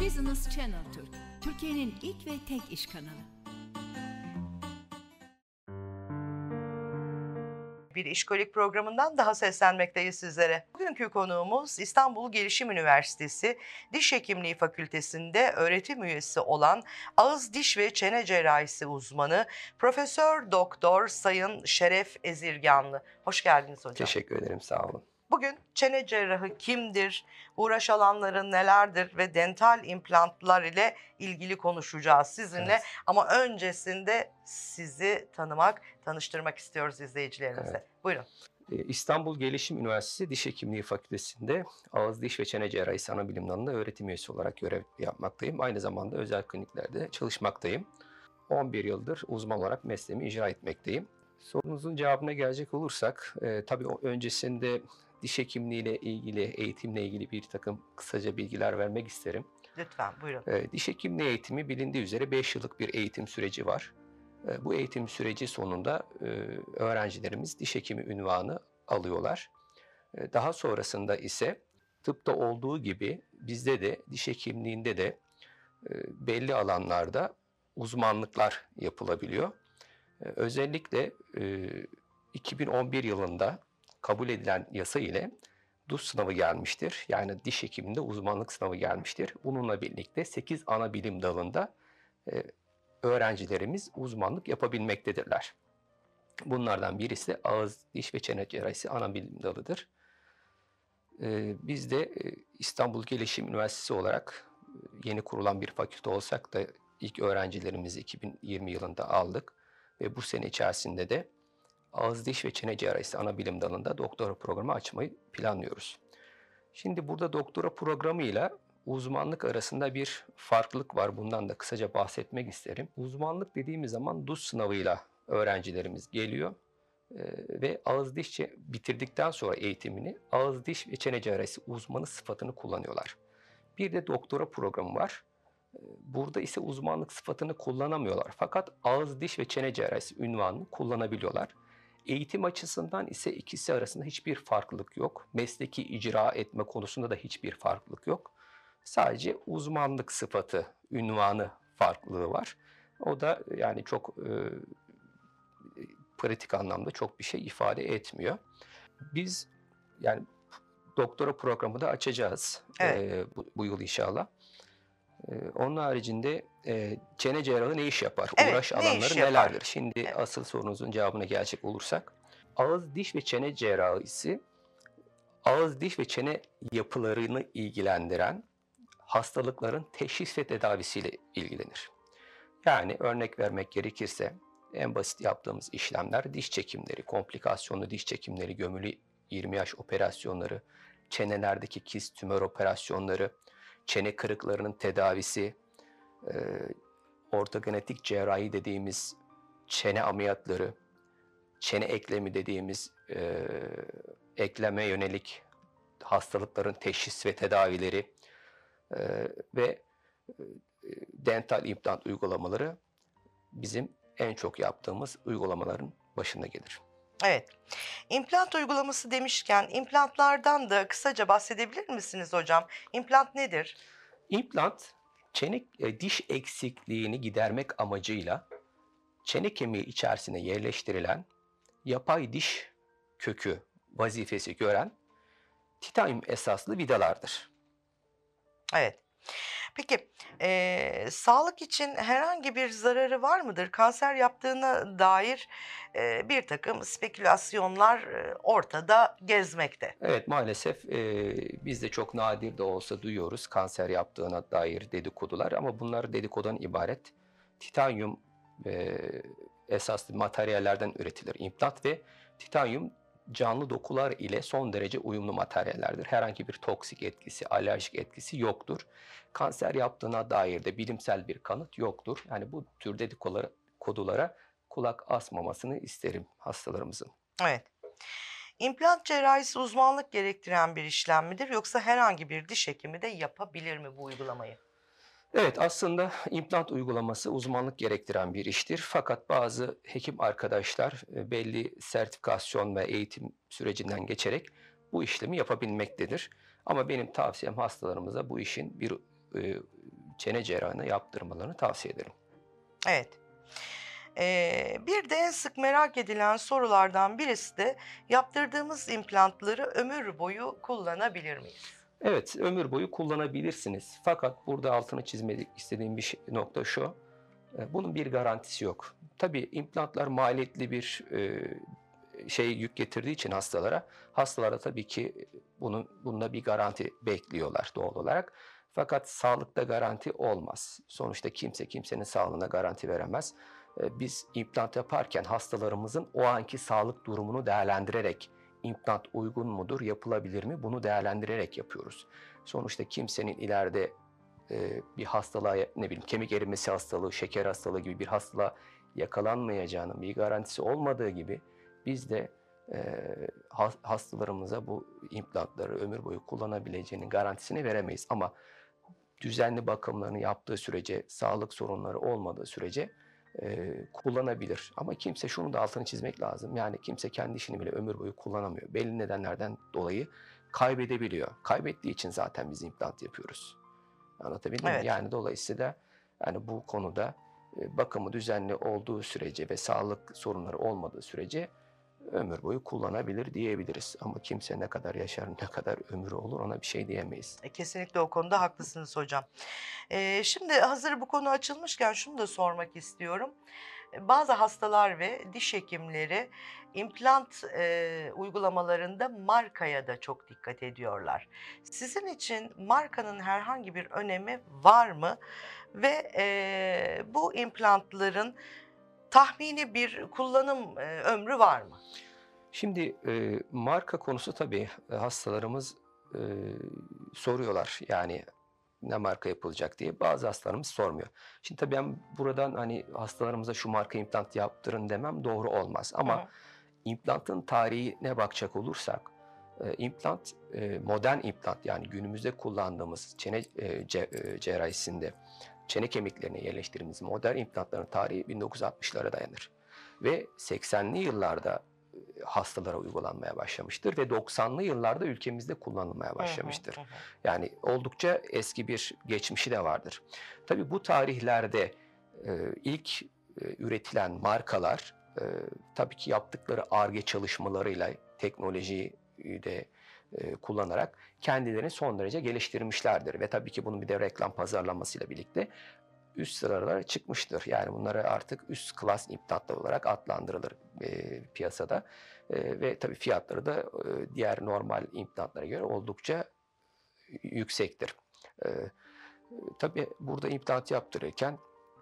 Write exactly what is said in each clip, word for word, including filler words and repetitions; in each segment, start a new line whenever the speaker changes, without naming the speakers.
Business Channel Türk, Türkiye'nin ilk ve tek iş kanalı.
Bir işkolik programından daha seslenmekteyiz sizlere. Bugünkü konuğumuz İstanbul Gelişim Üniversitesi Diş Hekimliği Fakültesi'nde öğretim üyesi olan ağız, diş ve çene cerrahisi uzmanı Profesör Doktor Sayın Şeref Ezirganlı. Hoş geldiniz hocam.
Teşekkür ederim, sağ olun.
Bugün çene cerrahı kimdir, uğraş alanları nelerdir ve dental implantlar ile ilgili konuşacağız sizinle. Evet. Ama öncesinde sizi tanımak, tanıştırmak istiyoruz izleyicilerimize. Evet. Buyurun.
İstanbul Gelişim Üniversitesi Diş Hekimliği Fakültesi'nde ağız, diş ve çene cerrahisi anabilim dalında öğretim üyesi olarak görev yapmaktayım. Aynı zamanda özel kliniklerde çalışmaktayım. on bir yıldır uzman olarak mesleğimi icra etmekteyim. Sorunuzun cevabına gelecek olursak, e, tabii o öncesinde diş hekimliği ile ilgili, eğitimle ilgili bir takım kısaca bilgiler vermek isterim.
Lütfen, buyurun.
E, diş hekimliği eğitimi bilindiği üzere beş yıllık bir eğitim süreci var. E, bu eğitim süreci sonunda e, öğrencilerimiz diş hekimi unvanı alıyorlar. E, daha sonrasında ise tıpta olduğu gibi bizde de diş hekimliğinde de e, belli alanlarda uzmanlıklar yapılabiliyor. E, özellikle e, iki bin on bir yılında kabul edilen yasa ile D U S sınavı gelmiştir. Yani diş hekimliğinde uzmanlık sınavı gelmiştir. Bununla birlikte sekiz ana bilim dalında e, öğrencilerimiz uzmanlık yapabilmektedirler. Bunlardan birisi ağız, diş ve çene cerrahisi ana bilim dalıdır. E, biz de e, İstanbul Gelişim Üniversitesi olarak e, yeni kurulan bir fakülte olsak da ilk öğrencilerimizi iki bin yirmi yılında aldık. Ve bu sene içerisinde de ağız, diş ve çene cerrahisi ana bilim dalında doktora programı açmayı planlıyoruz. Şimdi burada doktora programıyla uzmanlık arasında bir farklılık var. Bundan da kısaca bahsetmek isterim. Uzmanlık dediğimiz zaman D U S sınavıyla öğrencilerimiz geliyor ee, ve ağız diş bitirdikten sonra eğitimini ağız, diş ve çene cerrahisi uzmanı sıfatını kullanıyorlar. Bir de doktora programı var. Burada ise uzmanlık sıfatını kullanamıyorlar. Fakat ağız, diş ve çene cerrahisi unvanını kullanabiliyorlar. Eğitim açısından ise ikisi arasında hiçbir farklılık yok. Mesleki icra etme konusunda da hiçbir farklılık yok. Sadece uzmanlık sıfatı, unvanı farklılığı var. O da yani çok e, pratik anlamda çok bir şey ifade etmiyor. Biz yani doktora programı da açacağız evet. e, bu, bu yıl inşallah. Onun haricinde e, çene cerrahı ne iş yapar?
Evet,
Uğraş
ne
alanları
iş yapar?
nelerdir? Şimdi
Evet.
asıl sorunuzun cevabına gelecek olursak, ağız, diş ve çene cerrahisi ağız, diş ve çene yapılarını ilgilendiren hastalıkların teşhis ve tedavisiyle ilgilenir. Yani örnek vermek gerekirse en basit yaptığımız işlemler diş çekimleri, komplikasyonlu diş çekimleri, gömülü yirmi yaş operasyonları, çenelerdeki kist tümör operasyonları, çene kırıklarının tedavisi, e, ortogenetik cerrahi dediğimiz çene ameliyatları, çene eklemi dediğimiz e, ekleme yönelik hastalıkların teşhis ve tedavileri e, ve e, dental implant uygulamaları bizim en çok yaptığımız uygulamaların başında gelir.
Evet. İmplant uygulaması demişken implantlardan da kısaca bahsedebilir misiniz hocam? İmplant nedir?
İmplant, çene e, diş eksikliğini gidermek amacıyla çene kemiği içerisine yerleştirilen yapay diş kökü vazifesi gören titanyum esaslı vidalardır.
Evet. Peki e, sağlık için herhangi bir zararı var mıdır? Kanser yaptığına dair e, bir takım spekülasyonlar e, ortada gezmekte.
Evet, maalesef e, biz de çok nadir de olsa duyuyoruz kanser yaptığına dair dedikodular ama bunlar dedikodan ibaret. Titanyum e, esaslı materyallerden üretilir implant ve titanyum canlı dokular ile son derece uyumlu materyallerdir. Herhangi bir toksik etkisi, alerjik etkisi yoktur. Kanser yaptığına dair de bilimsel bir kanıt yoktur. Yani bu tür dedikodulara kulak asmamasını isterim hastalarımızın.
Evet. İmplant cerrahisi uzmanlık gerektiren bir işlem midir yoksa herhangi bir diş hekimi de yapabilir mi bu uygulamayı?
Evet, aslında implant uygulaması uzmanlık gerektiren bir iştir. Fakat bazı hekim arkadaşlar belli sertifikasyon ve eğitim sürecinden geçerek bu işlemi yapabilmektedir. Ama benim tavsiyem hastalarımıza bu işin bir e, çene cerrahına yaptırmalarını tavsiye ederim.
Evet. Ee, bir de en sık merak edilen sorulardan birisi de yaptırdığımız implantları ömür boyu kullanabilir miyiz?
Evet, ömür boyu kullanabilirsiniz. Fakat burada altını çizmek istediğim bir şey, nokta şu. e, Bunun bir garantisi yok. Tabii implantlar maliyetli bir e, şey yük getirdiği için hastalara, hastalara tabii ki bunun bununla bir garanti bekliyorlar doğal olarak. Fakat sağlıkta garanti olmaz. Sonuçta kimse kimsenin sağlığına garanti veremez. E, Biz implant yaparken hastalarımızın o anki sağlık durumunu değerlendirerek implant uygun mudur, yapılabilir mi? Bunu değerlendirerek yapıyoruz. Sonuçta kimsenin ileride e, bir hastalığa, ne bileyim kemik erimesi hastalığı, şeker hastalığı gibi bir hastalığa yakalanmayacağının bir garantisi olmadığı gibi biz de e, hastalarımıza bu implantları ömür boyu kullanabileceğinin garantisini veremeyiz. Ama düzenli bakımlarını yaptığı sürece, sağlık sorunları olmadığı sürece e, kullanabilir. Ama kimse şunu da altını çizmek lazım. Yani kimse kendi işini bile ömür boyu kullanamıyor. Belli nedenlerden dolayı kaybedebiliyor. Kaybettiği için zaten biz implant yapıyoruz. Anlatabildim mi?
Evet.
Yani dolayısıyla yani bu konuda e, bakımı düzenli olduğu sürece ve sağlık sorunları olmadığı sürece ömür boyu kullanabilir diyebiliriz. Ama kimse ne kadar yaşar, ne kadar ömrü olur ona bir şey diyemeyiz.
E, Kesinlikle o konuda haklısınız hocam. Ee, şimdi hazır bu konu açılmışken şunu da sormak istiyorum. E, Bazı hastalar ve diş hekimleri implant e, uygulamalarında markaya da çok dikkat ediyorlar. Sizin için markanın herhangi bir önemi var mı? Ve e, bu implantların tahmini bir kullanım e, ömrü var mı?
Şimdi e, marka konusu tabii e, hastalarımız e, soruyorlar yani ne marka yapılacak diye. Bazı hastalarımız sormuyor. Şimdi tabii ben buradan hani hastalarımıza şu marka implant yaptırın demem doğru olmaz.
Hı
Ama
hı.
implantın tarihine bakacak olursak e, implant e, modern implant yani günümüzde kullandığımız çene e, ce, e, cerrahisinde çene kemiklerine yerleştirdiğimiz modern implantların tarihi bin dokuz yüz altmışlara dayanır. Ve seksenli yıllarda hastalara uygulanmaya başlamıştır ve doksanlı yıllarda ülkemizde kullanılmaya
Hı hı,
başlamıştır.
hı hı.
Yani oldukça eski bir geçmişi de vardır. Tabii bu tarihlerde e, ilk e, üretilen markalar e, tabii ki yaptıkları Ar-Ge çalışmalarıyla teknolojiyi de e, kullanarak kendilerini son derece geliştirmişlerdir ve tabii ki bunun bir de reklam pazarlamasıyla birlikte üst sıralara çıkmıştır. Yani bunları artık üst klas implantlar olarak adlandırılır e, piyasada. E, ve tabii fiyatları da e, diğer normal implantlara göre oldukça yüksektir. E, tabii burada implant yaptırırken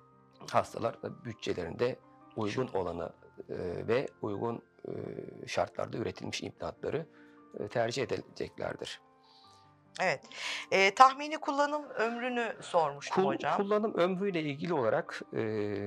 hastalar da bütçelerinde uygun olanı e, ve uygun e, şartlarda üretilmiş implantları e, tercih edeceklerdir.
Evet. Eee, tahmini kullanım ömrünü sormuştum
Kul,
hocam.
kullanım ömrüyle ilgili olarak e,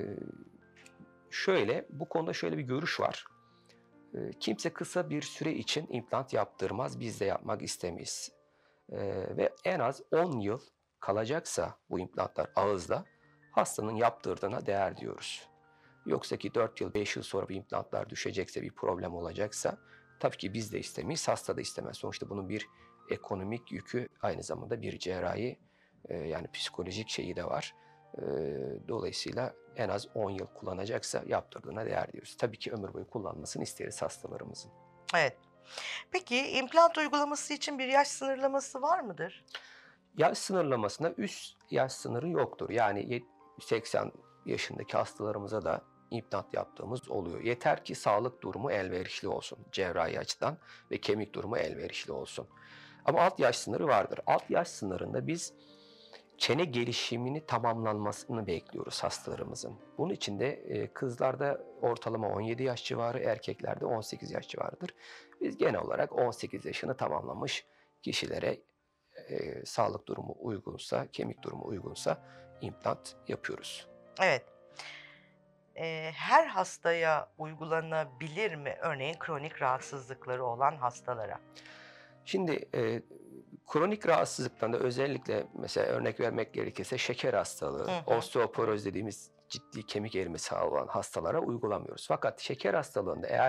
şöyle, bu konuda şöyle bir görüş var. E, kimse kısa bir süre için implant yaptırmaz, biz de yapmak istemeyiz. E, ve en az on yıl kalacaksa bu implantlar ağızda hastanın yaptırdığına değer diyoruz. Yoksa ki dört yıl, beş yıl sonra bu implantlar düşecekse, bir problem olacaksa tabii ki biz de istemeyiz, hasta da istemez. Sonuçta bunun bir ekonomik yükü aynı zamanda bir cerrahi e, yani psikolojik şeyi de var. E, dolayısıyla en az on yıl kullanacaksa yaptırdığına değer diyoruz. Tabii ki ömür boyu kullanmasını isteriz hastalarımızın.
Evet. Peki implant uygulaması için bir yaş sınırlaması var mıdır?
Yaş sınırlamasında üst yaş sınırı yoktur. Yani seksen yaşındaki hastalarımıza da implant yaptığımız oluyor. Yeter ki sağlık durumu elverişli olsun cerrahi açıdan ve kemik durumu elverişli olsun. Ama alt yaş sınırı vardır. Alt yaş sınırında biz çene gelişimini tamamlanmasını bekliyoruz hastalarımızın. Bunun için de e, kızlarda ortalama on yedi yaş civarı, erkeklerde on sekiz yaş civarıdır. Biz genel olarak on sekiz yaşını tamamlamış kişilere e, sağlık durumu uygunsa, kemik durumu uygunsa implant yapıyoruz.
Evet. Eee, her hastaya uygulanabilir mi? Örneğin kronik rahatsızlıkları olan hastalara.
Şimdi e, kronik rahatsızlıktan da özellikle mesela örnek vermek gerekirse şeker hastalığı,
Hı hı.
osteoporoz dediğimiz ciddi kemik erimesi olan hastalara uygulamıyoruz. Fakat şeker hastalığında eğer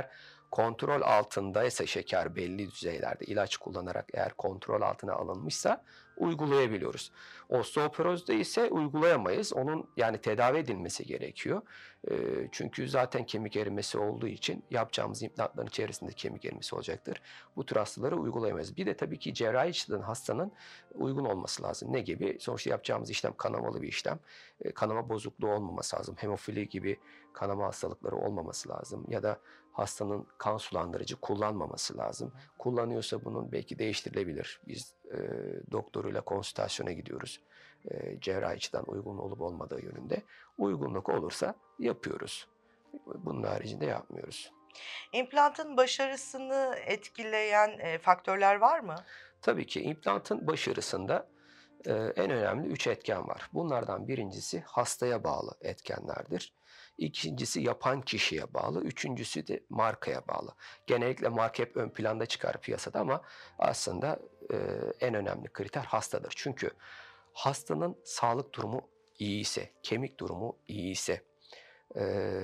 Kontrol altındaysa şeker belli düzeylerde ilaç kullanarak eğer kontrol altına alınmışsa uygulayabiliyoruz. Osteoporozda ise uygulayamayız. Onun yani tedavi edilmesi gerekiyor. E, çünkü zaten kemik erimesi olduğu için yapacağımız implantların içerisinde kemik erimesi olacaktır. Bu tür hastaları uygulayamayız. Bir de tabii ki cerrahi açıdan hastanın uygun olması lazım. Ne gibi? Sonuçta yapacağımız işlem kanamalı bir işlem. E, kanama bozukluğu olmaması lazım. Hemofili gibi kanama hastalıkları olmaması lazım. Ya da hastanın kan sulandırıcı kullanmaması lazım. Kullanıyorsa bunun belki değiştirilebilir. Biz e, doktoruyla konsültasyona gidiyoruz. E, cerrahi açıdan uygun olup olmadığı yönünde. Uygunluk olursa yapıyoruz. Bunun haricinde yapmıyoruz.
İmplantın başarısını etkileyen e, faktörler var mı?
Tabii ki implantın başarısında e, en önemli üç etken var. Bunlardan birincisi hastaya bağlı etkenlerdir. İkincisi yapan kişiye bağlı. Üçüncüsü de markaya bağlı. Genellikle marka hep ön planda çıkar piyasada ama aslında e, en önemli kriter hastadır. Çünkü hastanın sağlık durumu iyi ise, kemik durumu iyi ise, e,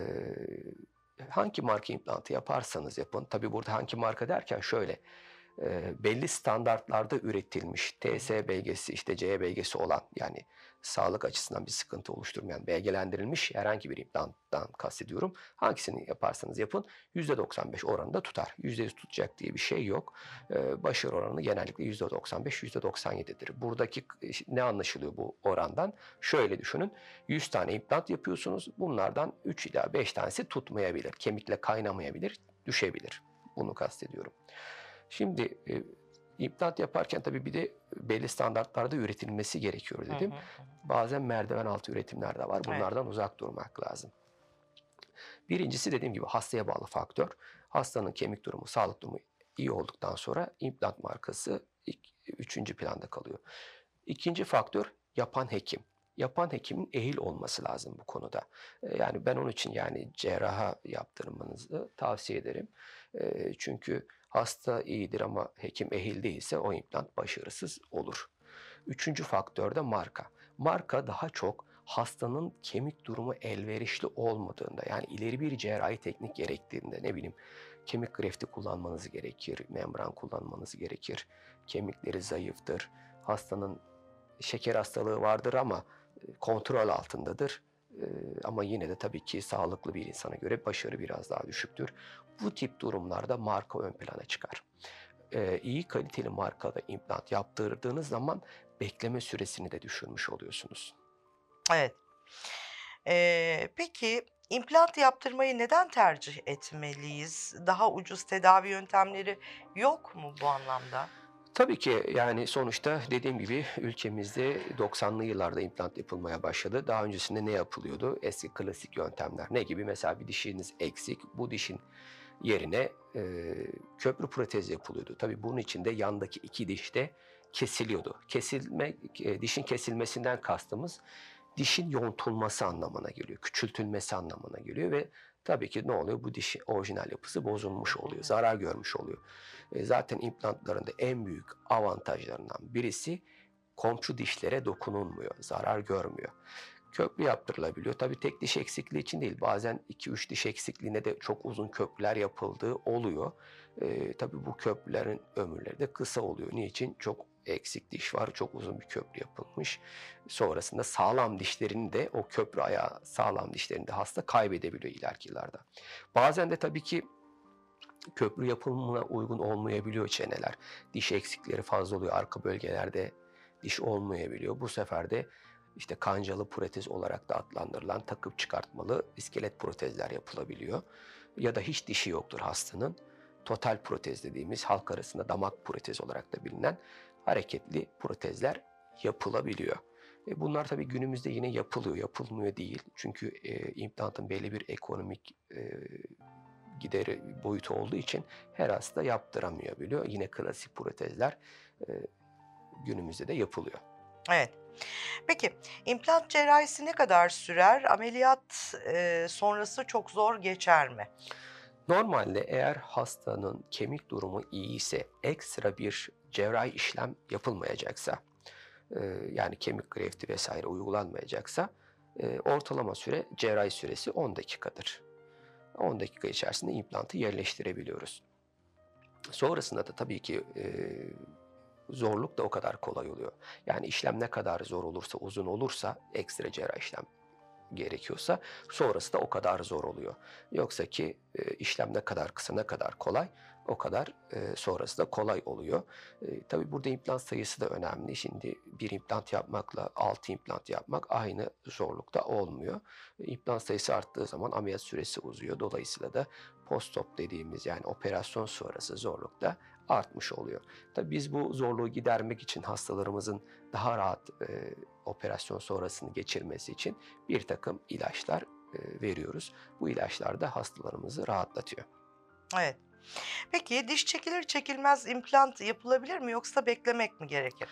hangi marka implantı yaparsanız yapın. Tabii burada hangi marka derken şöyle, e, belli standartlarda üretilmiş T S belgesi, işte C E belgesi olan, yani sağlık açısından bir sıkıntı oluşturmayan, belgelendirilmiş herhangi bir implanttan kastediyorum. Hangisini yaparsanız yapın yüzde doksan beş oranında tutar. yüzde yüz tutacak diye bir şey yok. E, başarı oranı genellikle yüzde doksan beş yüzde doksan yedidir. Buradaki ne anlaşılıyor bu orandan? Şöyle düşünün. yüz tane implant yapıyorsunuz. Bunlardan üç ila beş tanesi tutmayabilir. Kemikle kaynamayabilir, düşebilir. Bunu kastediyorum. Şimdi e, implant yaparken tabii bir de belli standartlarda üretilmesi gerekiyor dedim.
Hı hı.
Bazen merdiven altı üretimler de var. Bunlardan evet. uzak durmak lazım. Birincisi dediğim gibi hastaya bağlı faktör. Hastanın kemik durumu, sağlık durumu iyi olduktan sonra implant markası ilk, üçüncü planda kalıyor. İkinci faktör yapan hekim. Yapan hekimin ehil olması lazım bu konuda. Yani ben onun için yani cerraha yaptırmanızı tavsiye ederim. Çünkü hasta iyidir ama hekim ehil değilse o implant başarısız olur. Üçüncü faktör de marka. Marka daha çok hastanın kemik durumu elverişli olmadığında, yani ileri bir cerrahi teknik gerektiğinde, ne bileyim kemik grefti kullanmanız gerekir, membran kullanmanız gerekir, kemikleri zayıftır, hastanın şeker hastalığı vardır ama kontrol altındadır. Ee, ama yine de tabii ki sağlıklı bir insana göre başarı biraz daha düşüktür. Bu tip durumlarda marka ön plana çıkar. Ee, iyi kaliteli markada implant yaptırdığınız zaman bekleme süresini de düşürmüş oluyorsunuz.
Evet. Ee, peki implant yaptırmayı neden tercih etmeliyiz? Daha ucuz tedavi yöntemleri yok mu bu anlamda?
Tabii ki yani sonuçta dediğim gibi ülkemizde doksanlı yıllarda implant yapılmaya başladı. Daha öncesinde ne yapılıyordu? Eski klasik yöntemler. Ne gibi? Mesela bir dişiniz eksik. Bu dişin yerine e, köprü protez yapılıyordu. Tabii bunun için de yandaki iki diş de kesiliyordu. Kesilme, e, dişin kesilmesinden kastımız dişin yontulması anlamına geliyor. Küçültülmesi anlamına geliyor ve tabii ki ne oluyor? Bu dişin orijinal yapısı bozulmuş oluyor, zarar görmüş oluyor. E, zaten implantlarında en büyük avantajlarından birisi komşu dişlere dokunulmuyor, zarar görmüyor. Köprü yaptırılabiliyor. Tabii tek diş eksikliği için değil, bazen iki üç diş eksikliğine de çok uzun köprüler yapıldığı oluyor. E, tabii bu köprülerin ömürleri de kısa oluyor. Niçin? Çok eksik diş var, çok uzun bir köprü yapılmış. Sonrasında sağlam dişlerini de, o köprü ayağı sağlam dişlerini de hasta kaybedebiliyor ileriki yıllarda. Bazen de tabii ki köprü yapımına uygun olmayabiliyor çeneler. Diş eksikleri fazla oluyor. Arka bölgelerde diş olmayabiliyor. Bu sefer de işte kancalı protez olarak da adlandırılan takıp çıkartmalı iskelet protezler yapılabiliyor. Ya da hiç dişi yoktur hastanın. Total protez dediğimiz, halk arasında damak protez olarak da bilinen hareketli protezler yapılabiliyor. E bunlar tabii günümüzde yine yapılıyor, yapılmıyor değil. Çünkü e, implantın belli bir ekonomik e, gideri boyutu olduğu için her hasta yaptıramayabiliyor. Yine klasik protezler e, günümüzde de yapılıyor.
Evet. Peki implant cerrahisi ne kadar sürer? Ameliyat e, sonrası çok zor geçer mi?
Normalde eğer hastanın kemik durumu iyi ise, ekstra bir cerrahi işlem yapılmayacaksa, e, yani kemik grefti vesaire uygulanmayacaksa, e, ortalama süre cerrahi süresi on dakikadır. on dakika içerisinde implantı yerleştirebiliyoruz. Sonrasında da tabii ki e, zorluk da o kadar kolay oluyor. Yani işlem ne kadar zor olursa, uzun olursa, ekstra cerrahi işlem gerekiyorsa sonrası da o kadar zor oluyor. Yoksa ki e, işlem ne kadar kısa, ne kadar kolay, o kadar e, sonrası da kolay oluyor. E, tabii burada implant sayısı da önemli. Şimdi bir implant yapmakla altı implant yapmak aynı zorlukta olmuyor. E, implant sayısı arttığı zaman ameliyat süresi uzuyor. Dolayısıyla da post-op dediğimiz, yani operasyon sonrası zorluk da artmış oluyor. Tabii biz bu zorluğu gidermek için, hastalarımızın daha rahat e, operasyon sonrasını geçirmesi için bir takım ilaçlar e, veriyoruz. Bu ilaçlar da hastalarımızı rahatlatıyor.
Evet. Peki diş çekilir çekilmez implant yapılabilir mi, yoksa beklemek mi gerekir?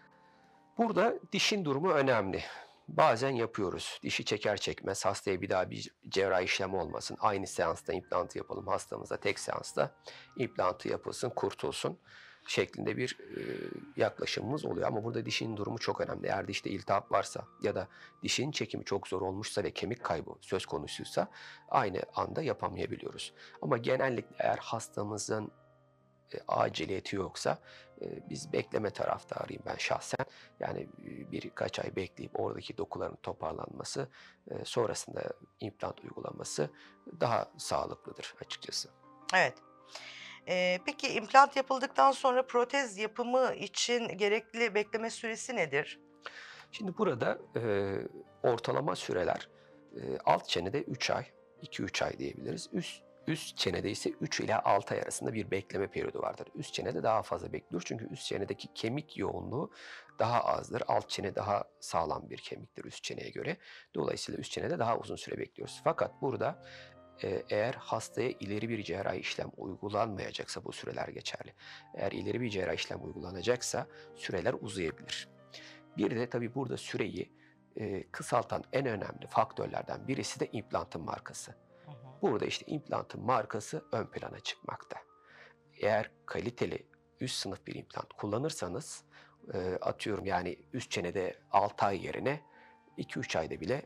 Burada dişin durumu önemli. Bazen yapıyoruz. Dişi çeker çekmez hastaya bir daha bir cerrahi işlem olmasın, aynı seansta implantı yapalım hastamıza, tek seansta implantı yapılsın, kurtulsun şeklinde bir e, yaklaşımımız oluyor. Ama burada dişin durumu çok önemli. Eğer dişte iltihap varsa ya da dişin çekimi çok zor olmuşsa ve kemik kaybı söz konusuysa aynı anda yapamayabiliyoruz. Ama genellikle eğer hastamızın e, aciliyeti yoksa e, biz bekleme taraftarıyım ben şahsen. Yani e, birkaç ay bekleyip oradaki dokuların toparlanması, e, sonrasında implant uygulaması daha sağlıklıdır açıkçası.
Evet. Ee, peki implant yapıldıktan sonra protez yapımı için gerekli bekleme süresi nedir?
Şimdi burada e, ortalama süreler e, alt çenede üç ay, iki üç ay diyebiliriz. Üst Üst çenede ise üç ila altı ay arasında bir bekleme periyodu vardır. Üst çenede daha fazla bekliyoruz çünkü üst çenedeki kemik yoğunluğu daha azdır. Alt çene daha sağlam bir kemiktir üst çeneye göre. Dolayısıyla üst çenede daha uzun süre bekliyoruz. Fakat burada e, eğer hastaya ileri bir cerrahi işlem uygulanmayacaksa bu süreler geçerli. Eğer ileri bir cerrahi işlem uygulanacaksa süreler uzayabilir. Bir de tabii burada süreyi e, kısaltan en önemli faktörlerden birisi de implantın markası. Burada işte implantın markası ön plana çıkmakta. Eğer kaliteli üst sınıf bir implant kullanırsanız, e, atıyorum yani üst çenede altı ay yerine iki üç ayda bile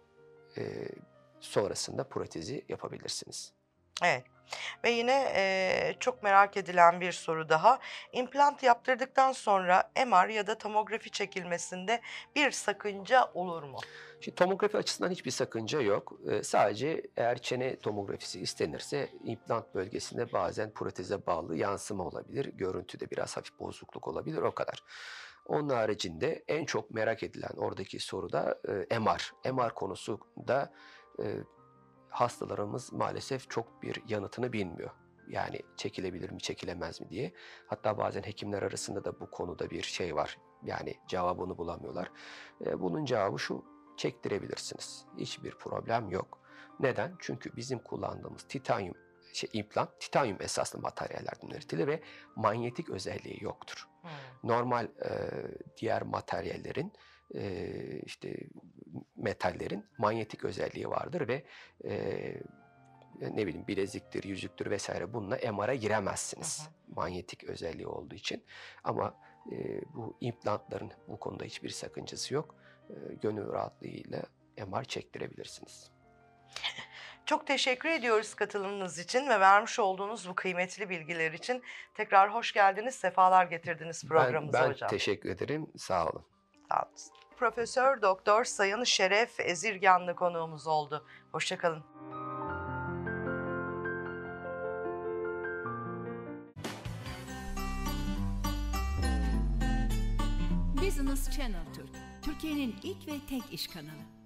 e, sonrasında protezi yapabilirsiniz.
Evet. Ve yine eee, çok merak edilen bir soru daha. İmplant yaptırdıktan sonra M R ya da tomografi çekilmesinde bir sakınca olur mu?
Şimdi tomografi açısından hiçbir sakınca yok. Ee, sadece eğer çene tomografisi istenirse implant bölgesinde bazen proteze bağlı yansıma olabilir. Görüntüde biraz hafif bozukluk olabilir, o kadar. Onun haricinde en çok merak edilen oradaki soru da e, M R. M R konusu da e, hastalarımız maalesef çok bir yanıtını bilmiyor. Yani çekilebilir mi, çekilemez mi diye. Hatta bazen hekimler arasında da bu konuda bir şey var. Yani cevabını bulamıyorlar. E, bunun cevabı şu: çektirebilirsiniz. Hiçbir problem yok. Neden? Çünkü bizim kullandığımız titanyum şey, implant titanyum esaslı materyallerden üretilir ve manyetik özelliği yoktur.
Hmm.
Normal e, diğer materyallerin e, işte metallerin manyetik özelliği vardır ve e, ne bileyim bileziktir, yüzüktür vesaire bununla M R'a giremezsiniz. Hı hı. Manyetik özelliği olduğu için. Ama e, bu implantların bu konuda hiçbir sakıncası yok. E, gönül rahatlığıyla M R çektirebilirsiniz.
Çok teşekkür ediyoruz katılımınız için ve vermiş olduğunuz bu kıymetli bilgiler için. Tekrar hoş geldiniz, sefalar getirdiniz programımıza
ben, ben
hocam.
Ben teşekkür ederim, sağ olun.
Sağ olun. Profesör Doktor Sayın Şeref Ezirganlı konuğumuz oldu. Hoşça kalın.
Business Channel Türk, Türkiye'nin ilk ve tek iş kanalı.